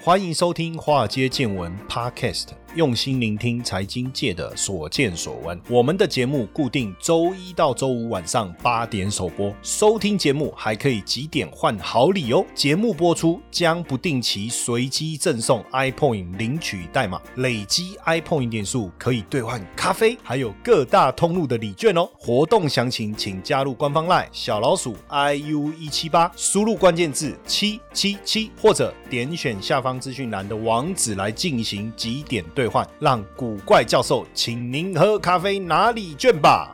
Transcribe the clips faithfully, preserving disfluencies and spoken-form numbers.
欢迎收听华尔街见闻 Podcast， 用心聆听财经界的所见所闻。我们的节目固定周一到周五晚上八点首播，收听节目还可以集点换好礼哦。节目播出将不定期随机赠送 iPoint 领取代码，累积 iPoint 点数可以兑换咖啡，还有各大通路的礼券哦。活动详情请加入官方 LINE 小老鼠 I U 一七八， 输入关键字七七七，或者点选下方资讯栏的网址来进行集点兑换，让古怪教授请您喝咖啡拿礼券吧。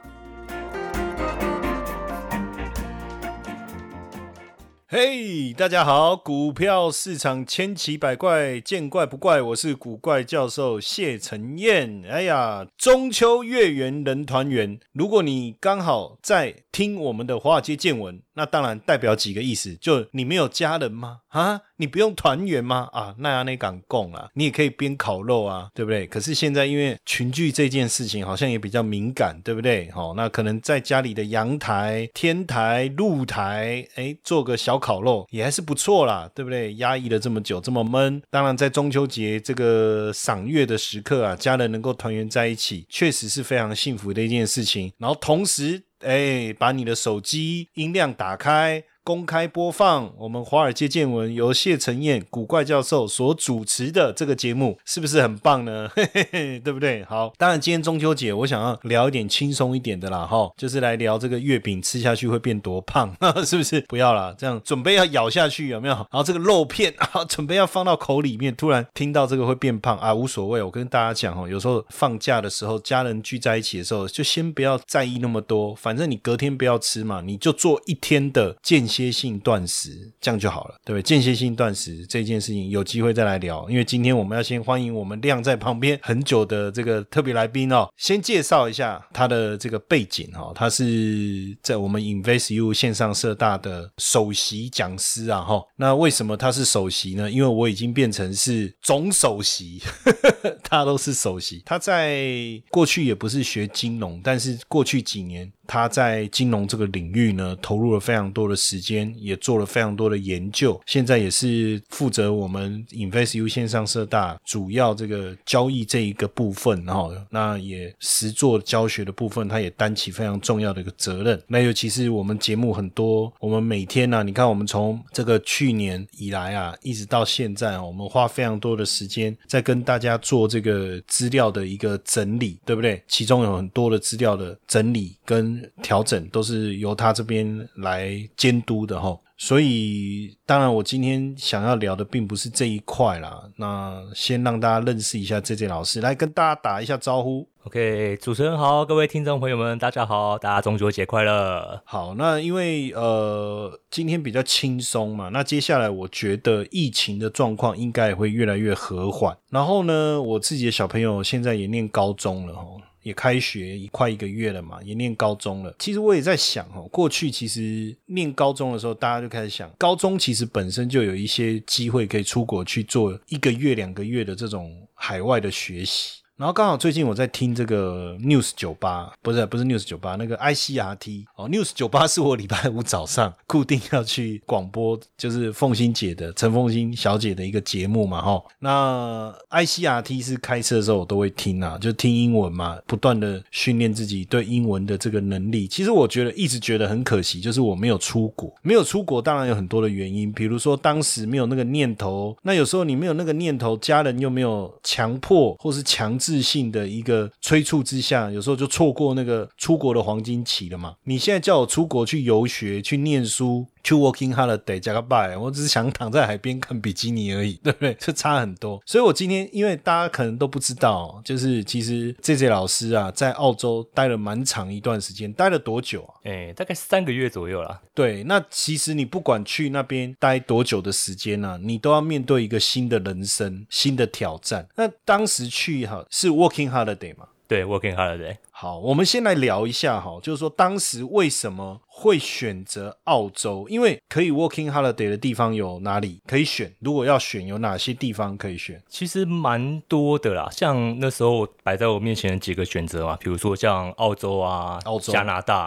嘿、hey, 大家好，股票市场千奇百怪，见怪不怪，我是古怪教授谢承彦。哎呀，中秋月圆人团圆，如果你刚好在听我们的华尔街见闻，那当然代表几个意思，就你没有家人吗？啊，你不用团圆吗？啊，那样那敢供啊，你也可以边烤肉啊，对不对？可是现在因为群聚这件事情好像也比较敏感，对不对？哦，那可能在家里的阳台、天台、露台，哎，做个小烤肉也还是不错啦，对不对？压抑了这么久，这么闷，当然在中秋节这个赏月的时刻啊，家人能够团圆在一起，确实是非常幸福的一件事情。然后同时，哎，把你的手机音量打开，公开播放我们华尔街见闻由谢承彦古怪教授所主持的这个节目，是不是很棒呢？嘿嘿嘿，对不对？好，当然今天中秋节我想要聊一点轻松一点的啦，齁，就是来聊这个月饼吃下去会变多胖，是不是？不要啦，这样准备要咬下去有没有？然后这个肉片啊，准备要放到口里面，突然听到这个会变胖啊，无所谓。我跟大家讲齁，有时候放假的时候，家人聚在一起的时候，就先不要在意那么多，反正你隔天不要吃嘛，你就做一天的间歇性断食，这样就好了，对不对？间歇性断食这件事情有机会再来聊，因为今天我们要先欢迎我们晾在旁边很久的这个特别来宾哦。先介绍一下他的这个背景哦，他是在我们 InvestU 线上社大的首席讲师啊齁。那为什么他是首席呢？因为我已经变成是总首席，他都是首席。他在过去也不是学金融，但是过去几年他在金融这个领域呢，投入了非常多的时间，也做了非常多的研究，现在也是负责我们 InvestU 线上社大主要这个交易这一个部分，然后那也实作教学的部分，他也担起非常重要的一个责任。那尤其是我们节目很多，我们每天啊，你看我们从这个去年以来啊，一直到现在，我们花非常多的时间在跟大家做这个资料的一个整理，对不对？其中有很多的资料的整理跟调整都是由他这边来监督的齁。所以当然我今天想要聊的并不是这一块啦，那先让大家认识一下 J J 老师，来跟大家打一下招呼。 OK， 主持人好，各位听众朋友们大家好，大家中秋节快乐。 好，那因为呃今天比较轻松嘛，那接下来我觉得疫情的状况应该也会越来越和缓，然后呢我自己的小朋友现在也念高中了齁，也开学快一个月了嘛，也念高中了。其实我也在想齁，过去其实念高中的时候，大家就开始想，高中其实本身就有一些机会可以出国去做一个月两个月的这种海外的学习。然后刚好最近我在听这个 News 九八， 不是不是 News 九八，那个 I C R T 哦 News 九八是我礼拜五早上固定要去广播，就是凤馨姐的陈凤馨小姐的一个节目嘛齁。那 I C R T 是开车的时候我都会听啊，就听英文嘛，不断的训练自己对英文的这个能力。其实我觉得一直觉得很可惜，就是我没有出国。没有出国当然有很多的原因，比如说当时没有那个念头，那有时候你没有那个念头，家人又没有强迫或是强制自信的一个催促之下，有时候就错过那个出国的黄金期了嘛。你现在叫我出国去游学去念书去 working holiday 加个拜，我只是想躺在海边看比基尼而已，对不对？这差很多。所以我今天因为大家可能都不知道，就是其实 J J 老师啊在澳洲待了蛮长一段时间。待了多久啊？ 诶，大概三个月左右啦。 对，那其实你不管去那边待多久的时间啊，你都要面对一个新的人生新的挑战。那当时去哈是 working holiday 嘛？ 对 working holiday。 好，我们先来聊一下哈，就是说当时为什么会选择澳洲？因为可以 working holiday 的地方有哪里可以选？如果要选，有哪些地方可以选？ 其实蛮多的啦，像那时候摆在我面前的几个选择嘛，比如说像澳洲啊、澳洲、加拿大。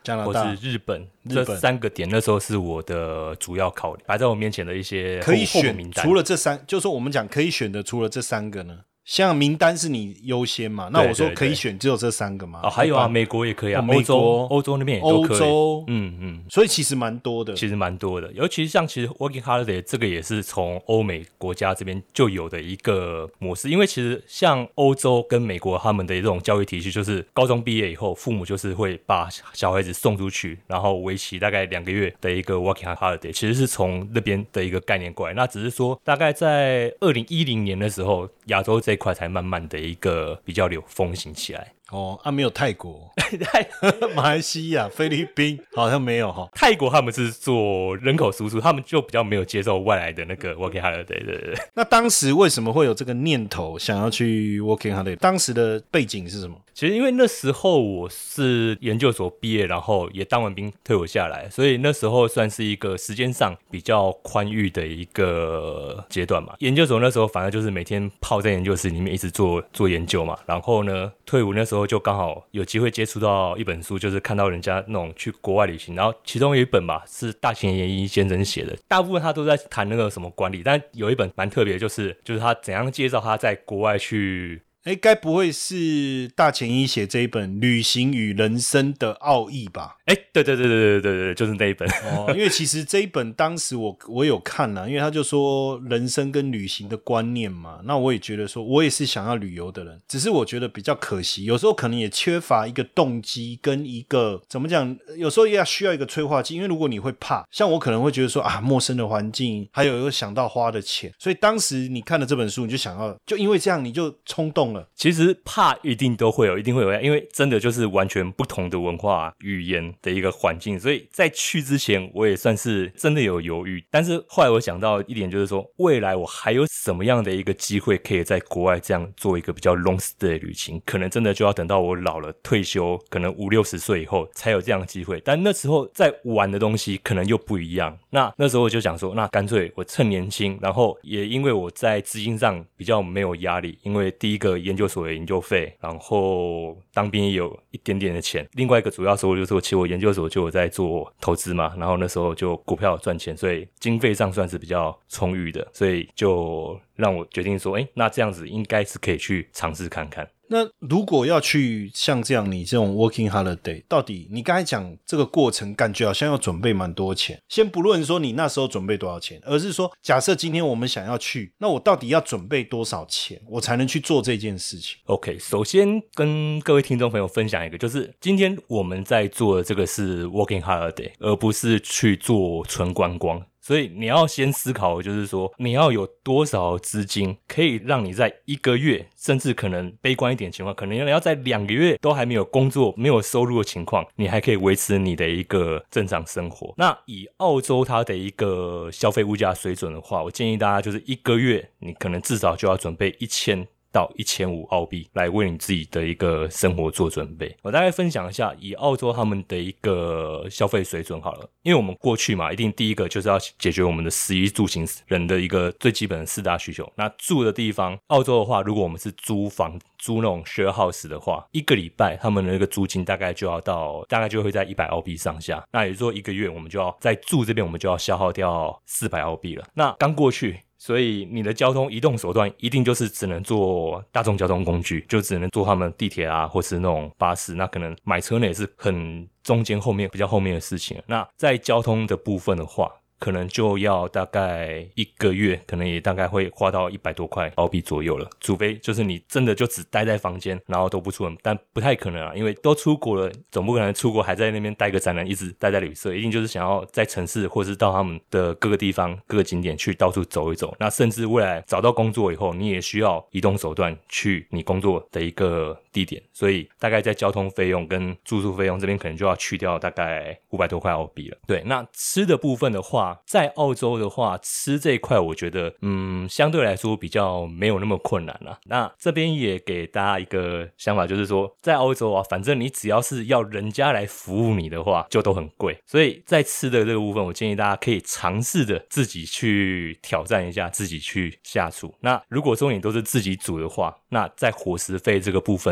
加拿大或是日本， 日本这三个点那时候是我的主要考虑，摆在我面前的一些可以选名单。 除了这三，就是说我们讲可以选的，除了这三个呢？像名单是你优先嘛？那我说可以选只有这三个嘛？ 哦，还有啊，美国也可以啊， 哦、美国、 欧洲那边也都可以。 欧洲， 嗯嗯， 所以其实蛮多的， 其实蛮多的。尤其像其实 Working Holiday 这个也是从欧美国家这边就有的一个模式，因为其实像欧洲跟美国他们的这种教育体系，就是高中毕业以后，父母就是会把小孩子送出去，然后为期大概两个月的一个 Working Holiday， 其实是从那边的一个概念过来。那只是说大概在二零一零年的时候，亚洲这一块才慢慢的一个比较流风行起来。 哦，啊，没有泰国、马来西亚、菲律宾好像没有哈。 泰国他们是做人口输出，他们就比较没有接受外来的那个 working holiday， 对对对。 那当时为什么会有这个念头想要去 working holiday？ 当时的背景是什么？ 其实因为那时候我是研究所毕业，然后也当完兵退伍下来，所以那时候算是一个时间上比较宽裕的一个阶段嘛。研究所那时候反正就是每天泡在研究室里面一直做做研究嘛，然后呢退伍那时候就刚好有机会接触到一本书，就是看到人家那种去国外旅行，然后其中有一本吧是大前研一先生写的，大部分他都在谈那个什么管理，但有一本蛮特别的，就是就是他怎样介绍他在国外去。 哎，该不会是大前一写这一本《旅行与人生的奥义》吧？ 哎，对对对对对对对，就是那一本。 哦，因为其实这一本当时我我有看啦，因为他就说人生跟旅行的观念嘛，那我也觉得说，我也是想要旅游的人，只是我觉得比较可惜，有时候可能也缺乏一个动机跟一个怎么讲，有时候也要需要一个催化剂，因为如果你会怕，像我可能会觉得说啊，陌生的环境，还有又想到花的钱，所以当时你看了这本书，你就想要，就因为这样你就冲动了。 其实怕一定都会有，一定会有，因为真的就是完全不同的文化语言的一个环境，所以在去之前我也算是真的有犹豫。但是后来我想到一点，就是说未来我还有什么样的一个机会可以在国外这样做一个比较 long stay 的旅行，可能真的就要等到我老了退休，可能五六十岁以后才有这样的机会。但那时候在玩的东西可能又不一样。那那时候我就想说，那干脆我趁年轻，然后也因为我在资金上比较没有压力，因为第一个研究所的研究费，然后当兵也有一点点的钱，另外一个主要收入就是我其实我研究所就有在做投资嘛，然后那时候就股票赚钱，所以经费上算是比较充裕的，所以就让我决定说，诶，那这样子应该是可以去尝试看看。 那如果要去像这样你这种 working holiday， 到底你刚才讲这个过程感觉好像要准备蛮多钱，先不论说你那时候准备多少钱，而是说假设今天我们想要去，那我到底要准备多少钱我才能去做这件事情？ OK， 首先跟各位听众朋友分享一个，就是今天我们在做的这个是 working holiday， 而不是去做纯观光，所以你要先思考的就是说你要有多少资金可以让你在一个月，甚至可能悲观一点的情况，可能你要在两个月都还没有工作没有收入的情况，你还可以维持你的一个正常生活。那以澳洲它的一个消费物价水准的话，我建议大家就是一个月你可能至少就要准备一千到一千五澳币来为你自己的一个生活做准备。我大概分享一下以澳洲他们的一个消费水准好了，因为我们过去嘛，一定第一个就是要解决我们的食衣住行人的一个最基本的四大需求。那住的地方，澳洲的话，如果我们是租房租那种 share house 的话，一个礼拜他们的那个租金大概就要到大概就会在一百澳币上下，那也就是说一个月我们就要在住这边我们就要消耗掉四百澳币了。那刚过去，所以你的交通移动手段一定就是只能坐大众交通工具，就只能坐他们地铁啊或是那种巴士，那可能买车呢也是很中间后面比较后面的事情。那在交通的部分的话，可能就要大概一个月可能也大概会花到一百多块澳币左右了，除非就是你真的就只待在房间然后都不出门，但不太可能啊，因为都出国了，总不可能出国还在那边待个展览一直待在旅社，一定就是想要在城市或是到他们的各个地方各个景点去到处走一走。那甚至未来找到工作以后，你也需要移动手段去你工作的一个地点，所以大概在交通费用跟住宿费用这边可能就要去掉大概五百多块澳币了。对，那吃的部分的话，在澳洲的话，吃这一块我觉得嗯相对来说比较没有那么困难啦。那这边也给大家一个想法，就是说在澳洲啊，反正你只要是要人家来服务你的话就都很贵，所以在吃的这个部分我建议大家可以尝试的自己去挑战一下，自己去下厨。那如果说你都是自己煮的话，那在伙食费这个部分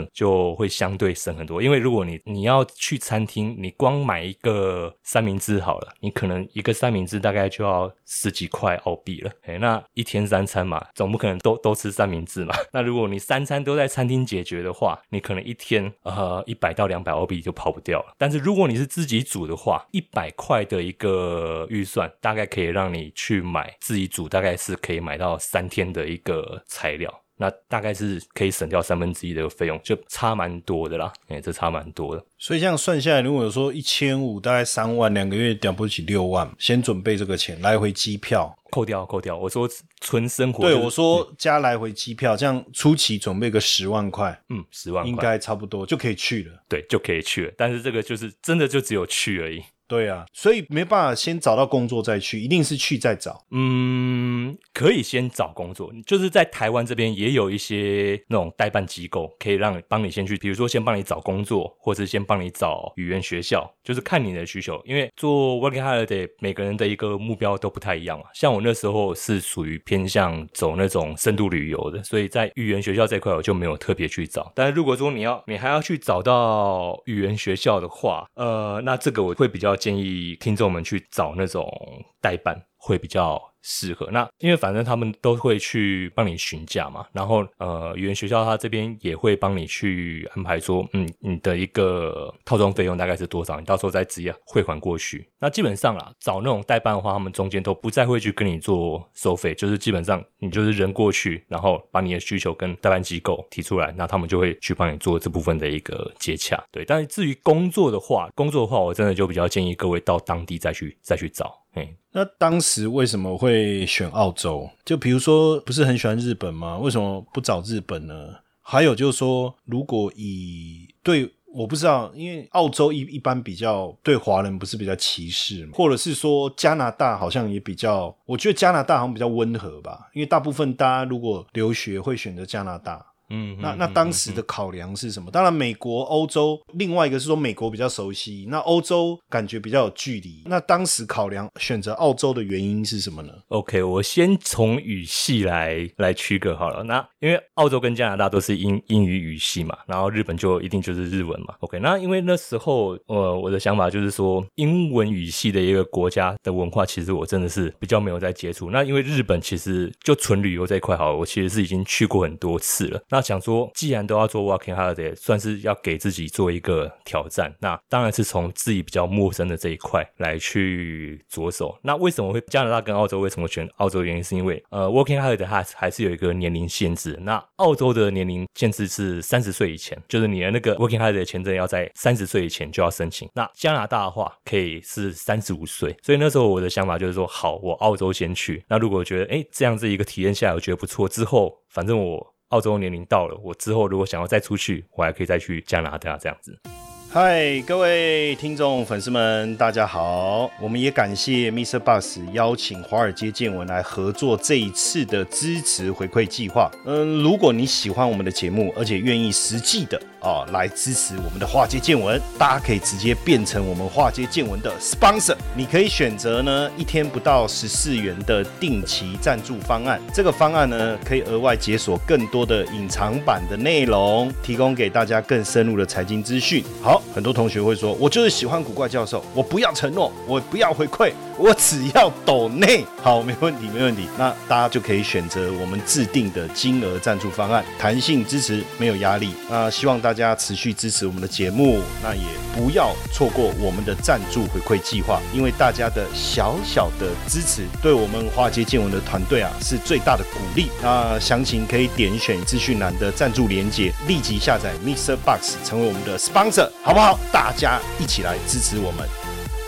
就会相对省很多。因为如果你你要去餐厅，你光买一个三明治好了，你可能一个三明治大概就要十几块澳币了。诶，那一天三餐嘛，总不可能都都吃三明治嘛。那如果你三餐都在餐厅解决的话，你可能一天呃一百到两百澳币就跑不掉了。但是如果你是自己煮的话，一百块的一个预算大概可以让你去买自己煮，大概是可以买到三天的一个材料。那大概是可以省掉三分之一的费用，就差蛮多的啦。欸，这差蛮多的。 所以这样算下来，如果说一千五大概三万，两个月了不起六万，先准备这个钱，来回机票扣掉扣掉。我说纯生活，就是， 对，我说加来回机票，这样初期准备个十万块， 嗯，十万块应该差不多就可以去了。 对，就可以去了。但是这个就是真的就只有去而已。 对啊，所以没办法先找到工作再去，一定是去再找。 嗯，可以先找工作，就是在台湾这边也有一些那种代办机构，可以让帮你先去，比如说先帮你找工作，或是先帮你找语言学校，就是看你的需求。因为做 working holiday 每个人的一个目标都不太一样嘛。像我那时候是属于偏向走那种深度旅游的，所以在语言学校这块我就没有特别去找。但是如果说你要你还要去找到语言学校的话，呃，那这个我会比较建议听众们去找那种代办会比较适合。那因为反正他们都会去帮你询价嘛，然后呃语言学校他这边也会帮你去安排说，嗯，你的一个套装费用大概是多少，你到时候再直接汇款过去。那基本上啦，找那种代办的话，他们中间都不再会去跟你做收费，就是基本上你就是人过去，然后把你的需求跟代办机构提出来，那他们就会去帮你做这部分的一个接洽。对，但是至于工作的话，工作的话我真的就比较建议各位到当地再去再去找。 那当时为什么会选澳洲？就比如说不是很喜欢日本吗？为什么不找日本呢？还有就是说，如果以对我不知道，因为澳洲一一般比较对华人不是比较歧视吗？或者是说加拿大好像也比较，我觉得加拿大好像比较温和吧，因为大部分大家如果留学会选择加拿大。 嗯， 那那当时的考量是什么？当然美国欧洲，另外一个是说美国比较熟悉，那欧洲感觉比较有距离。那当时考量选择澳洲的原因是什么呢？ OK， 我先从语系来来区隔好了。那因为澳洲跟加拿大都是英英语语系嘛，然后日本就一定就是日文嘛。OK， 那因为那时候呃我的想法就是说，英文语系的一个国家的文化，其实我真的是比较没有在接触。那因为日本其实就纯旅游这一块好了，我其实是已经去过很多次了。那想说既然都要做 working holiday， 算是要给自己做一个挑战，那当然是从自己比较陌生的这一块来去着手。那为什么会加拿大跟澳洲为什么选澳洲的原因是因为呃 working holiday 它还是有一个年龄限制，那澳洲的年龄限制是三十岁以前，就是你的那个 working holiday 签证要在三十岁以前就要申请。那加拿大的话可以是三十五岁，所以那时候我的想法就是说，好，我澳洲先去，那如果觉得诶这样子一个体验下来我觉得不错，之后反正我澳洲年龄到了，我之后如果想要再出去，我还可以再去加拿大这样子。 嗨，各位听众粉丝们，大家好！我们也感谢 Mister Box 邀请华尔街见闻来合作这一次的支持回馈计划。嗯，如果你喜欢我们的节目，而且愿意实际的哦来支持我们的华尔街见闻，大家可以直接变成我们华尔街见闻的 sponsor。你可以选择呢一天不到十四元的定期赞助方案，这个方案呢可以额外解锁更多的隐藏版的内容，提供给大家更深入的财经资讯。好。很多同学会说，我就是喜欢古怪教授，我不要承诺，我不要回馈，我只要抖内。好，没问题没问题。那大家就可以选择我们制定的金额赞助方案，弹性支持，没有压力。那希望大家持续支持我们的节目，那也不要错过我们的赞助回馈计划，因为大家的小小的支持对我们华尔街见闻的团队啊是最大的鼓励。那详情可以点选资讯栏的赞助连结，立即下载 Mister Box 成为我们的 sponsor， 好不好？大家一起来支持我们。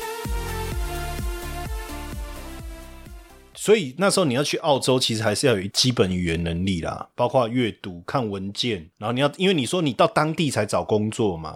所以那时候你要去澳洲，其实还是要有基本语言能力啦，包括阅读、看文件，然后你要，因为你说你到当地才找工作嘛， 对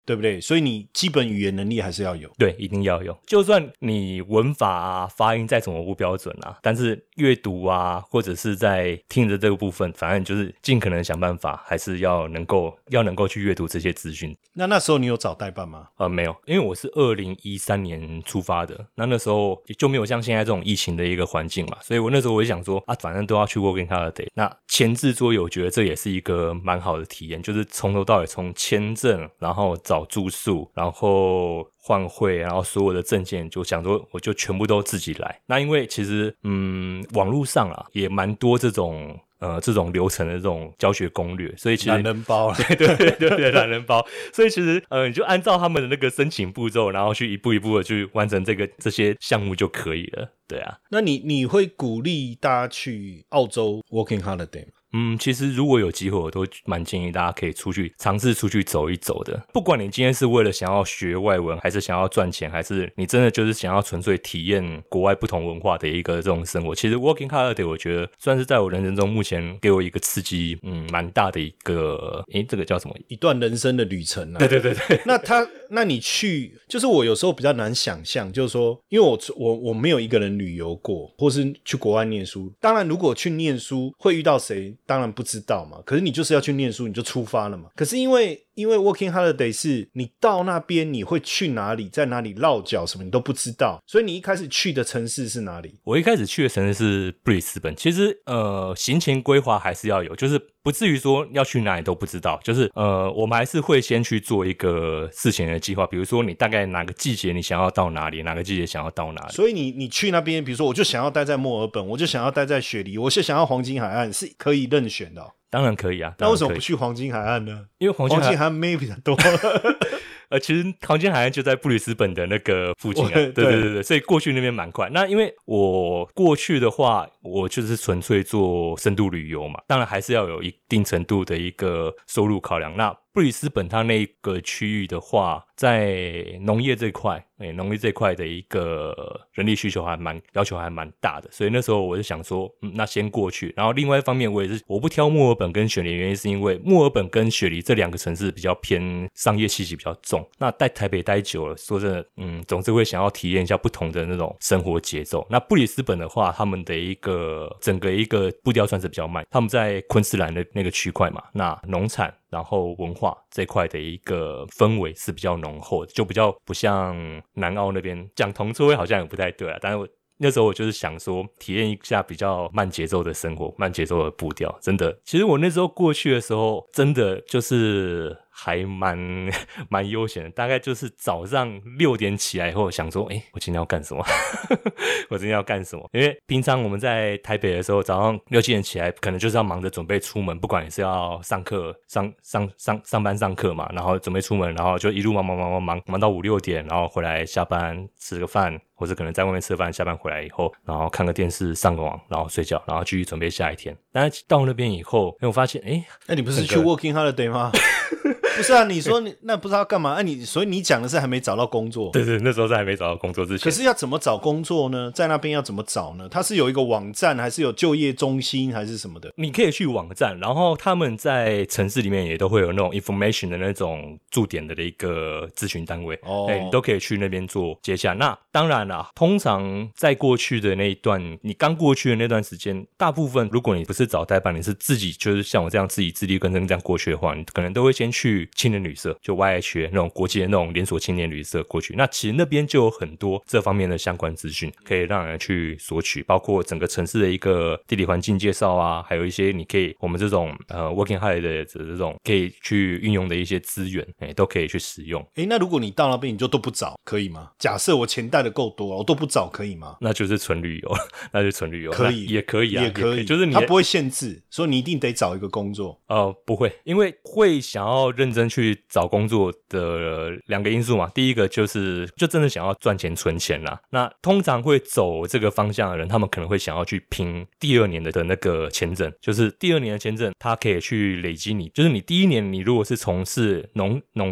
对不对？所以你基本语言能力还是要有。 对，一定要有。就算你文法啊、发音再怎么不标准啊，但是阅读啊，或者是在听的这个部分，反正就是尽可能想办法，还是要能够要能够去阅读这些资讯。 那那时候你有找代办吗？ 呃，没有，因为我是二零一三年出发的，那那时候就没有像现在这种疫情的一个环境嘛，所以我那时候我就想说啊，反正都要去 Working Holiday， 那前置作业我觉得这也是一个蛮好的体验，就是从头到尾从签证，然后找住宿，然后换汇，然后所有的证件就想说我就全部都自己来。那因为其实嗯，网络上啊也蛮多这种呃，这种流程的这种教学攻略，所以其实懒人包， 对对对对对，懒人包，所以其实呃，你就按照他们的那个申请步骤，然后去一步一步的去完成这个这些项目就可以了，对啊。 那你你会鼓励大家去澳洲 Working Holiday 吗？ 嗯，其实如果有机会，我都蛮建议大家可以出去尝试出去走一走的。不管你今天是为了想要学外文，还是想要赚钱，还是你真的就是想要纯粹体验国外不同文化的一个这种生活，其实 Working Holiday 我觉得算是在我人生中目前给我一个刺激，嗯，蛮大的一个，诶，这个叫什么？ 一段人生的旅程啊。 对对对对。 那他，那你去，就是我有时候比较难想象，就是说，因为我我我没有一个人旅游过，或是去国外念书。当然，如果去念书会遇到谁，当然不知道嘛。可是你就是要去念书，你就出发了嘛。可是因为因为 Working Holiday 是你到那边你会去哪里，在哪里落脚什么你都不知道，所以你一开始去的城市是哪里？ 我一开始去的城市是布里斯本。其实呃，行前规划还是要有，就是不至于说要去哪里都不知道，就是呃，我们还是会先去做一个事前的计划，比如说你大概哪个季节你想要到哪里，哪个季节想要到哪里。 所以你你去那边，比如说我就想要待在墨尔本，我就想要待在雪梨，我就想要黄金海岸，是可以任选的哦。 当然可以啊， 那为什么不去黄金海岸呢？ 因为黄金海岸黄金海岸妹比较多。 呃，其实黄金海岸就在布里斯本的那个附近啊，对对对对，所以过去那边蛮快。那因为我过去的话，我就是纯粹做深度旅游嘛，当然还是要有一定程度的一个收入考量。那布里斯本它那个区域的话，在农业这块，诶，农业这块的一个人力需求还蛮要求还蛮大的，所以那时候我就想说，嗯，那先过去。然后另外一方面，我也是我不挑墨尔本跟雪梨，原因是因为墨尔本跟雪梨这两个城市比较偏商业气息比较重。那在台北待久了，说真的，嗯，总之会想要体验一下不同的那种生活节奏。那布里斯本的话，他们的一个整个一个步调算是比较慢，他们在昆士兰的那个区块嘛，那农产然后文化这块的一个氛围是比较浓厚的，就比较不像南澳那边讲同座位好像也不太对啊，但是我那时候我就是想说体验一下比较慢节奏的生活，慢节奏的步调。真的，其实我那时候过去的时候真的就是还蛮蛮悠闲的，大概就是早上六点起来以后想说，诶，我今天要干什么？我今天要干什么？因为平常我们在台北的时候，早上六七点起来，可能就是要忙着准备出门，不管你是要上课、上上上上班上课嘛，然后准备出门，然后就一路忙忙忙忙忙忙到五六点，然后回来下班吃个饭，或者可能在外面吃饭，下班回来以后，然后看个电视、上个网，然后睡觉，然后继续准备下一天。但是到那边以后，因为我发现，诶， 那你不是去 Working Holiday 吗？不是啊，你说你那不知道干嘛？啊你所以你讲的是还没找到工作。 对对，那时候是还没找到工作之前。 可是要怎么找工作呢？在那边要怎么找呢？它是有一个网站，还是有就业中心，还是什么的？ 你可以去网站，然后他们在城市里面也都会有那种 information 的那种驻点的一个咨询单位，哦，欸，你都可以去那边做接洽。那当然啦，通常在过去的那一段，你刚过去的那段时间，大部分如果你不是找代办，你是自己就是像我这样自己自力更生这样过去的话，你可能都会先去青年旅社，就 Y H 那种国际的那种连锁青年旅社过去。那其实那边就有很多这方面的相关资讯可以让人去索取，包括整个城市的一个地理环境介绍啊，还有一些你可以我们这种呃 Working Holiday 的这种可以去运用的一些资源，欸，都可以去使用。 诶，那如果你到那边你就都不找可以吗？假设我钱带的够多，我都不找可以吗？ 那就是纯旅游，那就是纯旅游， 可以也可以啊， 也可以， 也就是你他不会限制说你一定得找一个工作。 呃，不会，因为会想要认真去找工作的两个因素嘛。第一个就是就真的想要赚钱存钱啦。那通常会走这个方向的人，他们可能会想要去拼第二年的的那个签证，就是第二年的签证，它可以去累积你，就是你第一年你如果是从事农农业。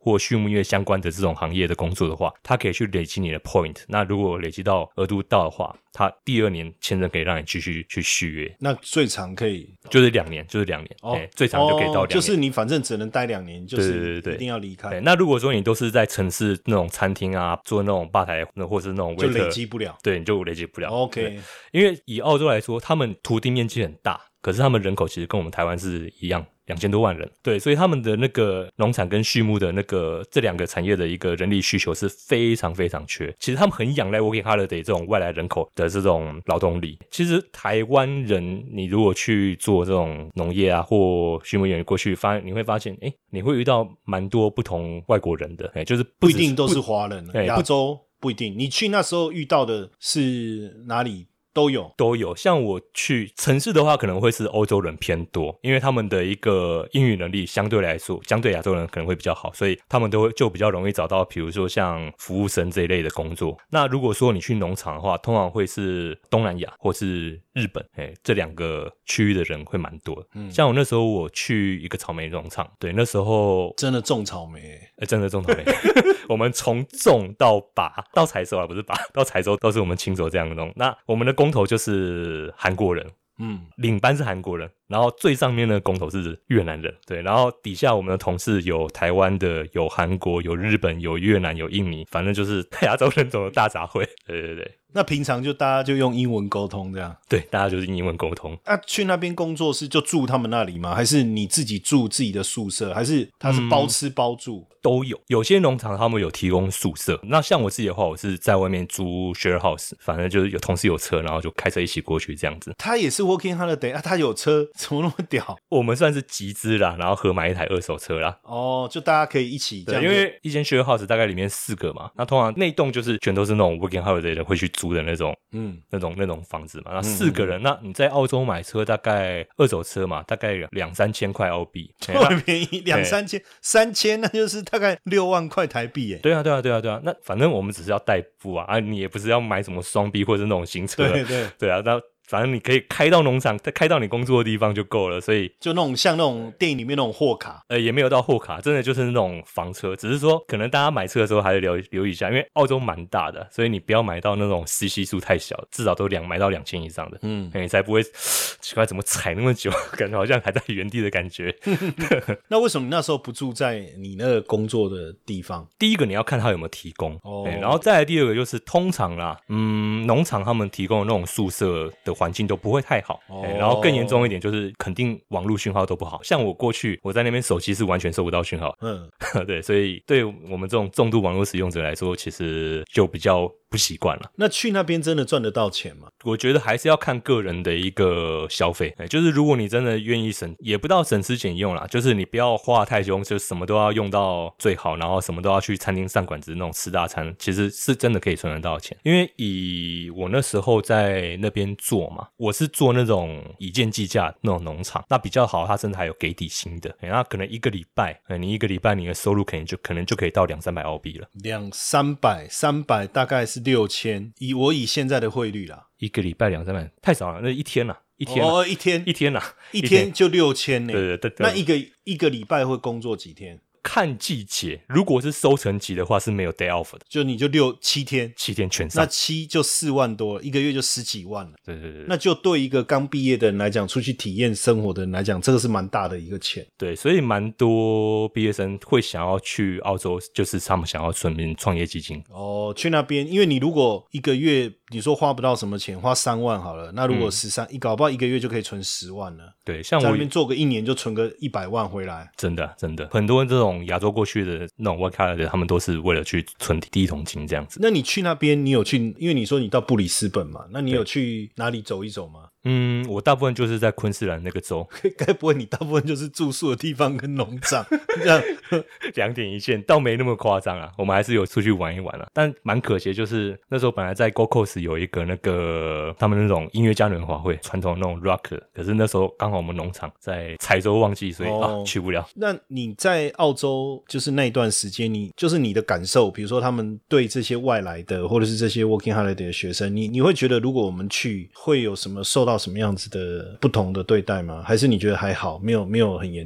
或畜牧业相关的这种行业的工作的话，他可以去累积你的 point。那如果累积到额度到的话，他第二年签证可以让你继续去续约。 那最长可以就是两年，就是两年，哦欸、最长就可以到两年、哦。 就是你反正只能待两年，就是一定要离开。 对对对对，那如果说你都是在城市那种餐厅啊，做那种吧台，或是那种 waiter， 就累积不了。 对，你就累积不了。 OK， 因为以澳洲来说，他们土地面积很大，可是他们人口其实跟我们台湾是一样。两千多万人，对，所以他们的那个农产跟畜牧的那个这两个产业的一个人力需求是非常非常缺。其实他们很仰赖 working holiday 这种外来人口的这种劳动力。其实台湾人，你如果去做这种农业啊或畜牧业过去发，你会发现，哎，你会遇到蛮多不同外国人的，哎，就是 不, 不一定都是华人，亚洲不一定。你去那时候遇到的是哪里？都有都有，像我去城市的话可能会是欧洲人偏多，因为他们的一个英语能力相对来说相对亚洲人可能会比较好，所以他们都会就比较容易找到比如说像服务生这一类的工作。那如果说你去农场的话，通常会是东南亚或是日本，欸、这两个区域的人会蛮多的、嗯、像我那时候我去一个草莓农场，对，那时候真的种草莓、 欸、真的种草莓我们从种到拔到采收啊，不是拔到采收都是我们亲手这样弄。那我们的工头就是韩国人，嗯，领班是韩国人，然后最上面的工头是越南人，对，然后底下我们的同事有台湾的，有韩国，有日本，有越南，有印尼，反正就是亚洲人种的大杂烩。对对对。 那平常就大家就用英文沟通这样？ 对，大家就是英文沟通。 那、啊、去那边工作是就住他们那里吗？还是你自己住自己的宿舍？还是他是包吃包住？嗯， 都有。有些农场他们有提供宿舍，那像我自己的话，我是在外面租 share house， 反正就是有同事有车，然后就开车一起过去这样子。 他也是 working holiday 啊，他有车，怎么那么屌？ 我们算是集资啦，然后合买一台二手车啦。 哦，就大家可以一起这样。 对，因为一间 share house 大概里面四个嘛，那通常那栋就是全都是那种 working holiday 的会去租的那种，嗯，那种那种房子嘛。那四个人，嗯嗯嗯，那你在澳洲买车大概二手车嘛，大概两三千块澳币， 很便宜，两三千，三千那就是大概六万块台币耶。 对啊，对啊，对啊，对啊。那反正我们只是要代步啊，啊，你也不是要买什么双 B 或者那种新车， 对对对啊，那。反正你可以开到农场，开到你工作的地方就够了，所以就那种像那种电影里面那种货卡， 呃，也没有到货卡，真的就是那种房车。只是说，可能大家买车的时候还是留留意一下，因为澳洲蛮大的，所以你不要买到那种 C C 数太小，至少都两买到两千以上的，嗯，你才不会奇怪怎么踩那么久，感觉好像还在原地的感觉。 那为什么你那时候不住在你那个工作的地方？ 第一个你要看他有没有提供，哦，然后再来第二个就是通常啦，嗯，农场他们提供的那种宿舍的环境都不会太好，哦，然后更严重一点就是肯定网络讯号都不好。像我过去我在那边手机是完全收不到讯号，嗯，对，所以对我们这种重度网络使用者来说，其实就比较不习惯了。 那去那边真的赚得到钱吗？ 我觉得还是要看个人的一个消费，就是如果你真的愿意省，也不到省吃俭用啦，就是你不要花太凶，就什么都要用到最好，然后什么都要去餐厅上馆子那种吃大餐，其实是真的可以赚得到钱。因为以我那时候在那边做嘛，我是做那种以件计价那种农场，那比较好，它真的还有给底薪的，那可能一个礼拜，你一个礼拜你的收入可能就可能就可以到两三百澳币了， 两三百，三百大概是六千，以我以现在的汇率啦， 一个礼拜两三百太少了，那一天啦。一天哦，一天一天啦， 一天就六千呢。 对对 对, 对， 那一个一个礼拜会工作几天？ 看季节，如果是收成期的话是没有 day off 的， 就你就六七天， 七天全上， 那七就四万多，一个月就十几万了。 对对对， 那就对一个刚毕业的人来讲，出去体验生活的人来讲，这个是蛮大的一个钱。 对，所以蛮多毕业生会想要去澳洲，就是他们想要存进创业基金。 哦，去那边，因为你如果一个月你说花不到什么钱，花三万好了，那如果十三、嗯，搞不好一个月就可以存十万了。 对，像我在那边做个一年就存个一百万回来， 真的真的，很多这种亚洲过去的那种 work holiday， 他们都是为了去存第一桶金这样子。 那你去那边，你有去？因为你说你到布里斯本嘛，那你有去哪里走一走吗？ 嗯，我大部分就是在昆士兰那个州。 该不会你大部分就是住宿的地方跟农场这样两点一线，倒没那么夸张啊。我们还是有出去玩一玩啊，但蛮可惜，就是那时候本来在 Gold Coast 有一个那个他们那种音乐嘉年华会，传统那种 rock， 可是那时候刚好我们农场在采收旺季，所以、哦、啊去不了。 那你在澳洲就是那一段时间，你就是你的感受，比如说他们对这些外来的或者是这些 working holiday 的学生，你你会觉得如果我们去会有什么受到什么样子的不同的对待吗？还是你觉得还好，没有没有很严重？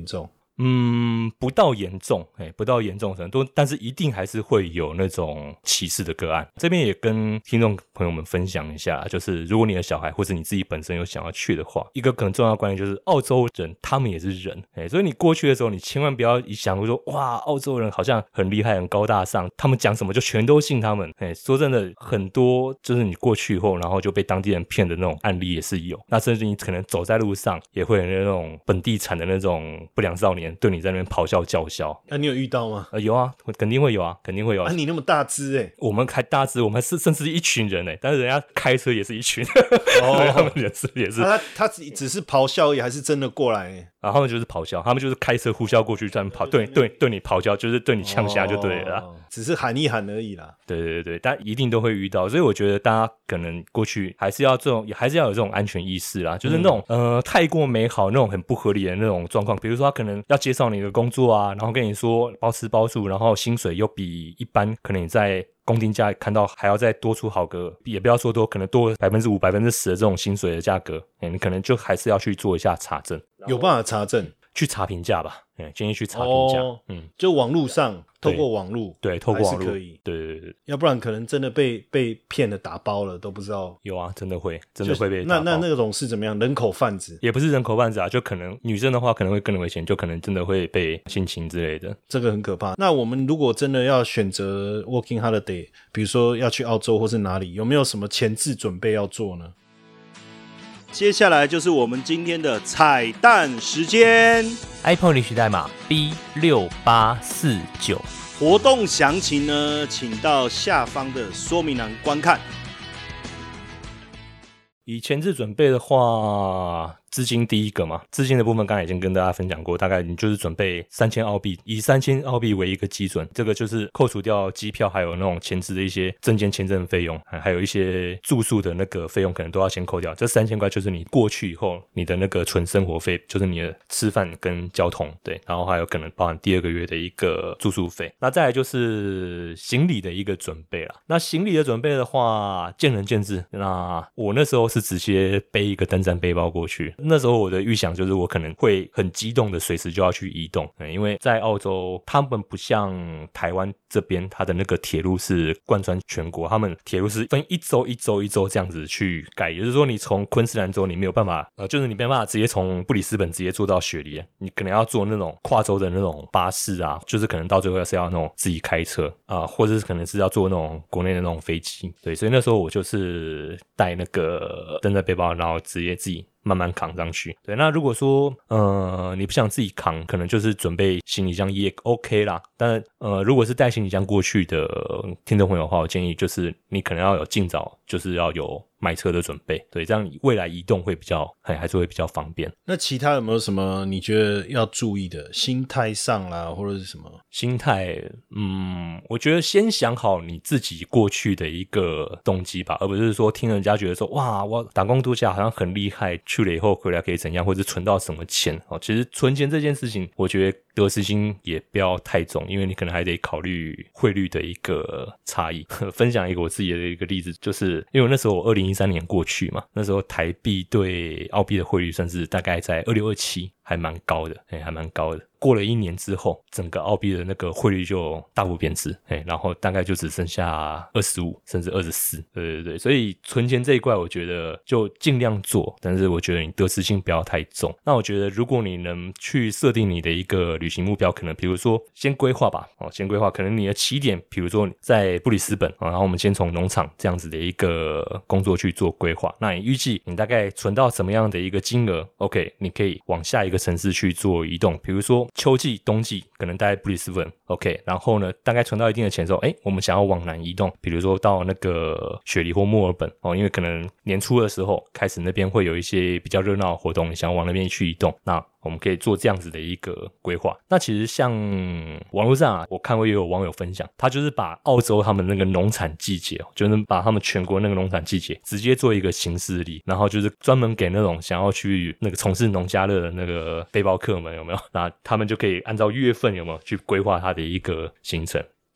嗯，不到严重，哎，不到严重程度，但是一定还是会有那种歧视的个案。这边也跟听众朋友们分享一下，就是如果你的小孩或是你自己本身有想要去的话，一个可能重要的观念就是澳洲人他们也是人，哎，所以你过去的时候，你千万不要一想说哇，澳洲人好像很厉害、很高大上，他们讲什么就全都信他们。哎，说真的，很多就是你过去以后，然后就被当地人骗的那种案例也是有。那甚至你可能走在路上，也会有那种本地产的那种不良少年对你在那边咆哮叫嚣。 那、啊、你有遇到吗？ 呃，有啊，肯定会有啊，肯定会有啊。 啊，你那么大只哎、欸， 我们开大只，我们是甚至一群人哎、欸，但是人家开车也是一群， 哦， 他们也是也是。 啊、他他只是咆哮而已，还是真的过来、欸？ 然后他们就是咆哮，他们就是开车呼啸过去，这样跑，对对对你咆哮，就是对你呛瞎就对了啦、 哦，只是喊一喊而已啦。 对对对，但一定都会遇到，所以我觉得大家可能过去还是要这种，还是要有这种安全意识啦，就是那种、嗯、呃太过美好那种很不合理的那种状况，比如说他可能要介绍你的工作啊，然后跟你说包吃包住，然后薪水又比一般可能你在公定价看到还要再多出好个，也不要说多，可能多百分之五、百分之十的这种薪水的价格，欸、你可能就还是要去做一下查证， 有办法查证， 去查评价吧，欸、建议去查评价， 哦， 嗯， 就网络上透过网络， 对，透过网络可以， 对对对， 要不然可能真的被被骗了打包了都不知道。 有啊，真的会，真的会被打包。 那那那种是怎么样？人口贩子也不是人口贩子啊，就可能女生的话可能会更危险，就可能真的会被性侵之类的， 这个很可怕。那我们如果真的要选择 working holiday， 比如说要去澳洲或是哪里，有没有什么前置准备要做呢？接下来就是我们今天的彩蛋时间 ，iPhone 领取代码 B 六八四九， 活动详情呢，请到下方的说明栏观看。 以前置准备的话，资金第一个嘛，资金的部分刚才已经跟大家分享过，大概你就是准备三千澳币，以三千澳币为一个基准，这个就是扣除掉机票还有那种前置的一些证件签证费用，还有一些住宿的那个费用可能都要先扣掉，这三千块就是你过去以后你的那个纯生活费，就是你的吃饭跟交通，对，然后还有可能包含第二个月的一个住宿费。那再来就是行李的一个准备啦，那行李的准备的话见仁见智，那我那时候是直接背一个登山背包过去，那时候我的预想就是我可能会很激动的随时就要去移动，嗯，因为在澳洲他们不像台湾这边他的那个铁路是贯穿全国，他们铁路是分一州一州一州这样子去盖，也就是说你从昆士兰州你没有办法呃，就是你没办法直接从布里斯本直接坐到雪梨，你可能要坐那种跨州的那种巴士啊，就是可能到最后是要那种自己开车啊、呃，或者是可能是要坐那种国内的那种飞机，对，所以那时候我就是带那个登山背包，然后直接自己慢慢扛上去。对，那如果说呃你不想自己扛，可能就是准备行李箱也 OK 啦。但呃如果是带行李箱过去的听众朋友的话，我建议就是你可能要有尽早就是要有买车的准备，对，这样你未来移动会比较还还是会比较方便。 那其他有没有什么你觉得要注意的心态上啦，或者是什么心态？嗯，我觉得先想好你自己过去的一个动机吧，而不是说听人家觉得说哇我打工度假好像很厉害，去了以后回来可以怎样，或者存到什么钱哦。其实存钱这件事情我觉得得失心也不要太重，因为你可能还得考虑汇率的一个差异。分享一个我自己的一个例子，就是因为那时候我二零一三年过去嘛，那时候台币对澳币的汇率算是大概在二六二七，还蛮高的，欸，还蛮高的。过了一年之后，整个澳币的那个汇率就大幅贬值，欸，然后大概就只剩下二十五甚至二十四。对对对，所以存钱这一块我觉得就尽量做，但是我觉得你得失心不要太重。那我觉得如果你能去设定你的一个旅行目标，可能比如说先规划吧，哦，先规划可能你的起点比如说在布里斯本，哦，然后我们先从农场这样子的一个工作去做规划。那你预计你大概存到什么样的一个金额 OK， 你可以往下一个城市去做移动，比如说秋季冬季可能待在布里斯本 OK， 然后呢大概存到一定的钱之后，诶我们想要往南移动，比如说到那个雪梨或墨尔本，哦，因为可能年初的时候开始那边会有一些比较热闹的活动，你想要往那边去移动，那我们可以做这样子的一个规划。那其实像网络上啊，我看过也有网友分享，他就是把澳洲他们那个农产季节，就是把他们全国那个农产季节直接做一个行事历，然后就是专门给那种想要去那个从事农家乐的那个背包客们，有没有？那他们就可以按照月份有没有去规划他的一个行程。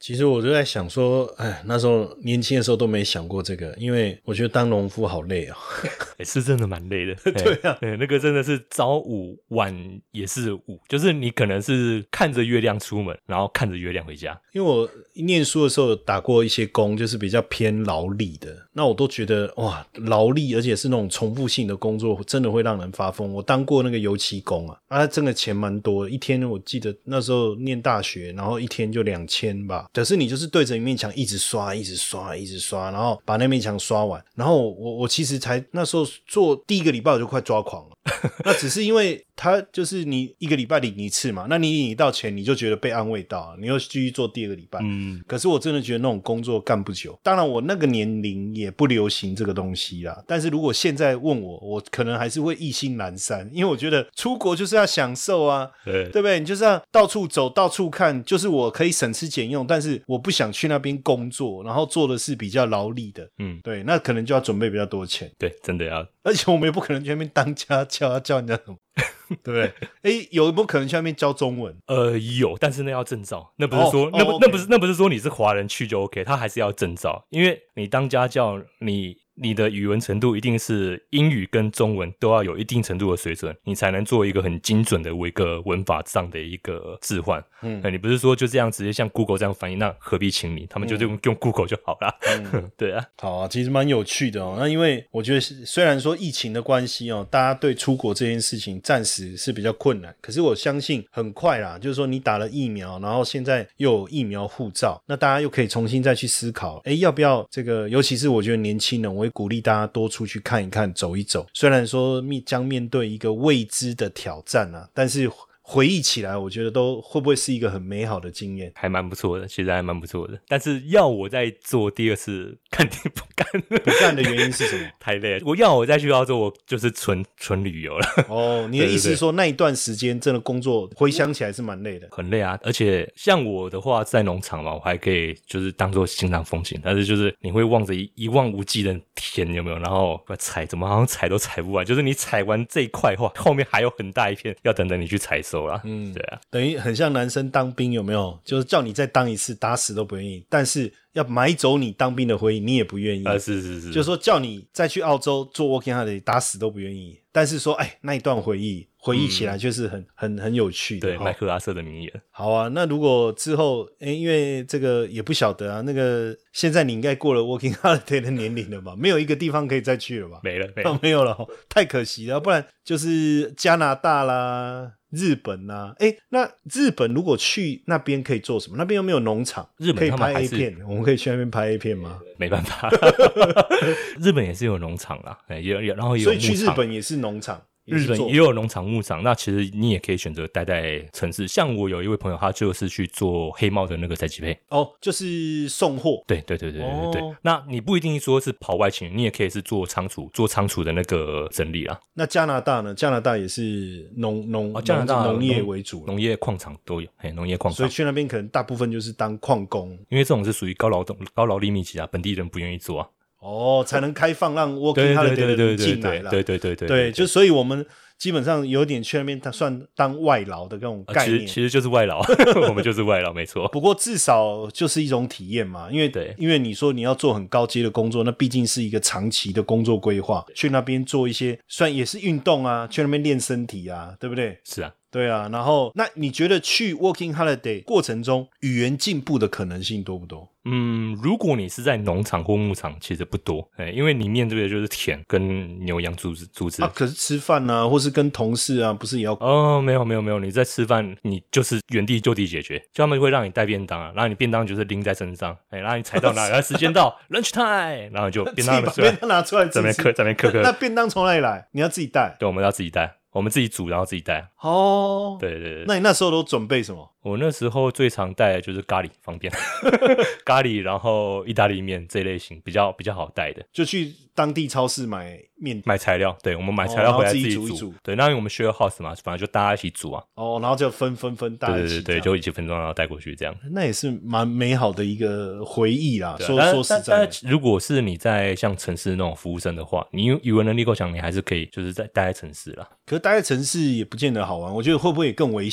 其实我就在想说，哎，那时候年轻的时候都没想过这个，因为我觉得当农夫好累啊、 欸，是真的蛮累的。 对啊， 对，那个真的是早午晚也是午，就是你可能是看着月亮出门，然后看着月亮回家。 因为我念书的时候有打过一些工，就是比较偏劳力的，那我都觉得哇，劳力而且是那种重复性的工作，真的会让人发疯。我当过那个油漆工啊，啊，真的钱蛮多的，一天我记得那时候念大学，然后一天就两千吧。可是你就是对着一面墙一直刷，一直刷，一直刷，然后把那面墙刷完。然后我我其实才那时候做第一个礼拜我就快抓狂了。那只是因为他就是你一个礼拜领一次嘛，那你领一到钱你就觉得被安慰到，你又继续做第二个礼拜。嗯，可是我真的觉得那种工作干不久。当然我那个年龄也不流行这个东西啦，但是如果现在问我，我可能还是会意兴阑珊，因为我觉得出国就是要享受啊，对对不对？你就是要到处走到处看，就是我可以省吃俭用，但是我不想去那边工作，然后做的是比较劳力的。嗯，对，那可能就要准备比较多钱。 对，真的要， 而且我们也不可能去那边当家教，要教人家什么对不对？诶，有没有可能去那边教中文？ 呃，有，但是那要证照，那不是说、 哦、 那不、 哦、 那不是那不是说你是华人去就 OK， 他还是要证照，因为你当家教，你你的语文程度一定是英语跟中文都要有一定程度的水准，你才能做一个很精准的一个文法上的一个置换。嗯，你不是说就这样直接像 Google 这样翻译，那何必请你？他们就用、嗯、用 Google 就好了。嗯、对啊， 好啊，其实蛮有趣的哦。那因为我觉得虽然说疫情的关系哦，大家对出国这件事情暂时是比较困难，可是我相信很快啦，就是说你打了疫苗，然后现在又有疫苗护照，那大家又可以重新再去思考，诶，要不要这个？尤其是我觉得年轻人，我会鼓励大家多出去看一看，走一走。虽然说将面对一个未知的挑战啊，但是回忆起来我觉得都会不会是一个很美好的经验， 还蛮不错的，其实还蛮不错的。但是要我再做第二次肯定不干不干的原因是什么？ 太累了，我要我再去澳洲我就是纯纯旅游了。 哦，你的意思是说那一段时间真的工作回想起来是蛮累的？ 很累啊，而且像我的话在农场嘛，我还可以就是当做欣赏风景，但是就是你会望着 一, 一望无际的田，有没有？然后采怎么好像采都采不完，就是你采完这一块的话，后面还有很大一片要等等你去采收。嗯，对啊， 等于很像男生当兵，有没有？就是叫你再当一次，打死都不愿意，但是要买走你当兵的回忆，你也不愿意啊、呃！是是是， 就是说叫你再去澳洲做 working holiday， 打死都不愿意。但是说，哎，那一段回忆，回忆起来就是很、嗯、很很有趣的。 对，麦克阿瑟的名言。 好啊，那如果之后，哎，因为这个也不晓得啊，那个现在你应该过了 working holiday 的年龄了吧？没有一个地方可以再去了吧？ 没了，没了， 哦、没有了，太可惜了。不然就是加拿大啦。日本啊，诶，那日本如果去那边可以做什么？那边又没有农场， 日本可以拍 A 片，我们可以去那边拍 A 片吗？ 没办法，日本也是有农场啦，也有，然后也有牧场， 所以去日本也是农场。 日本也有农场牧场，那其实你也可以选择待在城市。像我有一位朋友，他就是去做黑猫的那个宅急配哦，就是送货。 对对对对对对、哦。那你不一定说是跑外勤，你也可以是做仓储，做仓储的那个整理啦。 那加拿大呢？加拿大也是农农、哦、加拿大农业为主， 农业矿场都有，嘿，农业矿场。 所以去那边可能大部分就是当矿工， 因为这种是属于高劳动、高劳力密集啊，本地人不愿意做啊。 哦，才能开放让 working holiday 的人进来啦。 对对对对对， 对，就所以我们基本上有点去那边，他算当外劳的这种概念， 啊、其, 实其实就是外劳，我们就是外劳，没错。 不过至少就是一种体验嘛，因为对， 因为你说你要做很高阶的工作，那毕竟是一个长期的工作规划，去那边做一些，虽然也是运动啊，去那边练身体啊，对不对？ 是啊。 对啊，然后那你觉得去 working holiday 过程中语言进步的可能性多不多？ 嗯，如果你是在农场或牧场，其实不多，欸、因为你面对的就是田跟牛羊猪猪只啊。可是吃饭啊，或是跟同事啊，不是也要？ 哦，没有没有没有，你在吃饭，你就是原地就地解决，就他们会让你带便当啊，然后你便当就是拎在身上，哎、欸，然后你踩到哪里，然后时间到 lunch time， 然后你就便当把便当拿出来， 在那边嗑，在那边嗑嗑。 那便当从哪里来？你要自己带？ 对，我们要自己带。我们自己煮，然后自己带。 哦， 对对对。 那你那时候都准备什么？ 我那时候最常带的就是咖喱，方便。咖喱，然后意大利面这类型比较比较好带的， 就去当地超市买面买材料。对，我们买材料回来自己煮。 哦、自己煮一煮。 对，那因为我们 share house 嘛，反正就大家一起煮啊。 哦，然后就分分分大家一起。 对对对，就一起分装，然后带过去这样。 那也是蛮美好的一个回忆啦。说说实在的， 如果是你在像城市那种服务生的话，你语文能力够强，你还是可以就是在待在城市啦。 可是待在城市也不见得好玩，我觉得会不会也更危险？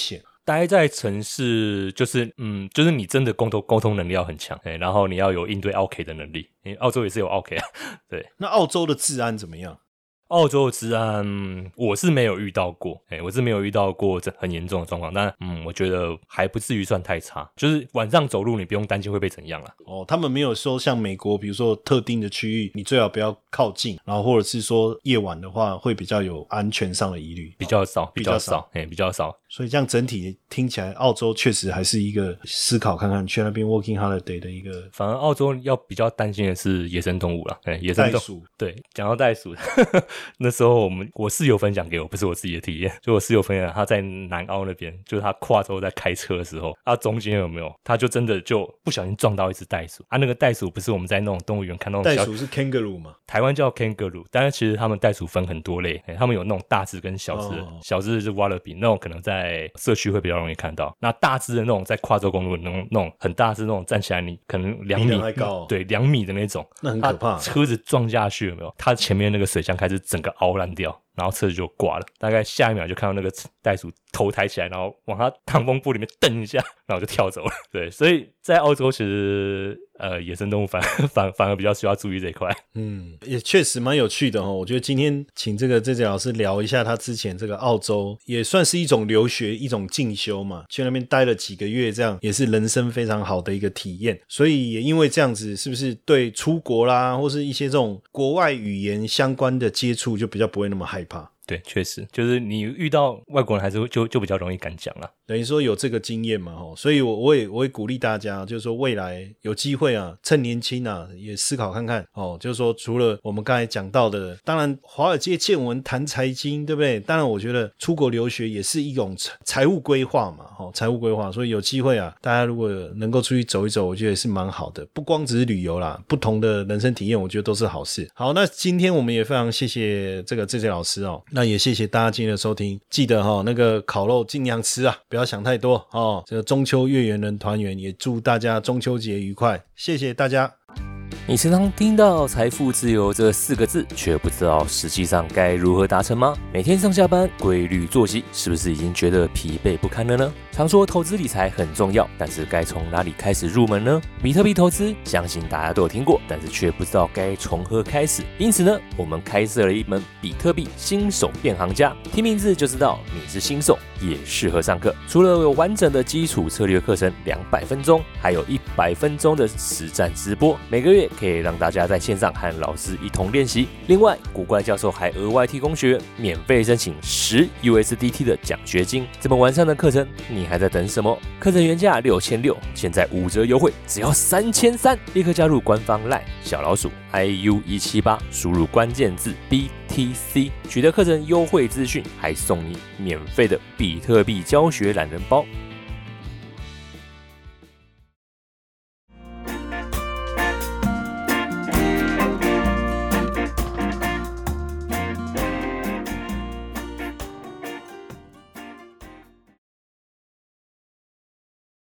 待在城市就是嗯，就是你真的沟通沟通能力要很强，欸，然后你要有应对 O K 的能力，因为澳洲也是有 O K 啊。对， 那澳洲的治安怎么样？ 澳洲的治安我是没有遇到过，欸，我是没有遇到过这很严重的状况，但嗯，我觉得还不至于算太差，就是晚上走路你不用担心会被怎样啦。 哦，他们没有说像美国，比如说特定的区域你最好不要靠近，然后或者是说夜晚的话会比较有安全上的疑虑， 比较少， 比较少， 欸，比较少。 所以这样整体听起来，澳洲确实还是一个思考看看去那边 working holiday 的一个。 反而澳洲要比较担心的是野生动物啦，欸，野生动物。袋鼠。对，讲到袋鼠，那时候我们我室友分享给我，不是我自己的体验，就我室友分享他在南澳那边，就是他跨州在开车的时候，啊中间有没有，他就真的就不小心撞到一只袋鼠啊。那个袋鼠不是我们在那种动物园看到袋鼠是 kangaroo 吗？ 台湾叫 kangaroo， 但是其实他们袋鼠分很多类，欸，他们有那种大只跟小只，哦，小只是 wallaby， 那种可能在社区会比较容易看到。那大只的那种在跨州公路那种那种很大只那种站起来你可能两米高，对，两米的那种， 那很可怕。 车子撞下去有没有？它前面那个水箱开始整个凹烂掉。然后车子就挂了，大概下一秒就看到那个袋鼠头抬起来，然后往它挡风布里面蹬一下，然后就跳走了。对，所以在澳洲其实呃野生动物反反反而比较需要注意这一块。 嗯，也确实蛮有趣的哦。我觉得今天请这个这姐老师聊一下他之前这个澳洲，也算是一种留学一种进修嘛，去那边待了几个月，这样也是人生非常好的一个体验。所以也因为这样子，是不是对出国啦或是一些这种国外语言相关的接触就比较不会那么害怕？ 对，确实就是你遇到外国人还是就就比较容易敢讲啦， 等于说有这个经验嘛，所以我我也我也鼓励大家，就是说未来有机会啊，趁年轻啊，也思考看看哦。就是说除了我们刚才讲到的，当然华尔街见闻谈财经，对不对？当然我觉得出国留学也是一种财务规划嘛，哦，财务规划，所以有机会啊，大家如果能够出去走一走，我觉得也是蛮好的。不光只是旅游啦，不同的人生体验，我觉得都是好事。好，那今天我们也非常谢谢这个这些老师哦。那也谢谢大家今天的收听，记得齁、哦、那个烤肉尽量吃啊，不要想太多哦。这个中秋月圆人团圆，也祝大家中秋节愉快，谢谢大家。 你时常听到财富自由这四个字，却不知道实际上该如何达成吗？每天上下班规律作息，是不是已经觉得疲惫不堪了呢？常说投资理财很重要，但是该从哪里开始入门呢？比特币投资相信大家都有听过，但是却不知道该从何开始。因此呢，我们开设了一门比特币新手变行家，听名字就知道你是新手，也适合上课。除了有完整的基础策略课程两百分钟，还有一百分钟的实战直播，每个月可以让大家在线上和老师一同练习。另外，古怪教授还额外提供学员免费申请十 U S D T 的奖学金。这么完善的课程，你还在等什么？课程原价六千六，现在五折优惠，只要三千三，立刻加入官方 LINE 小老鼠 I U 一七八，输入关键字 B T C， 取得课程优惠资讯，还送你免费的比特币教学懒人包。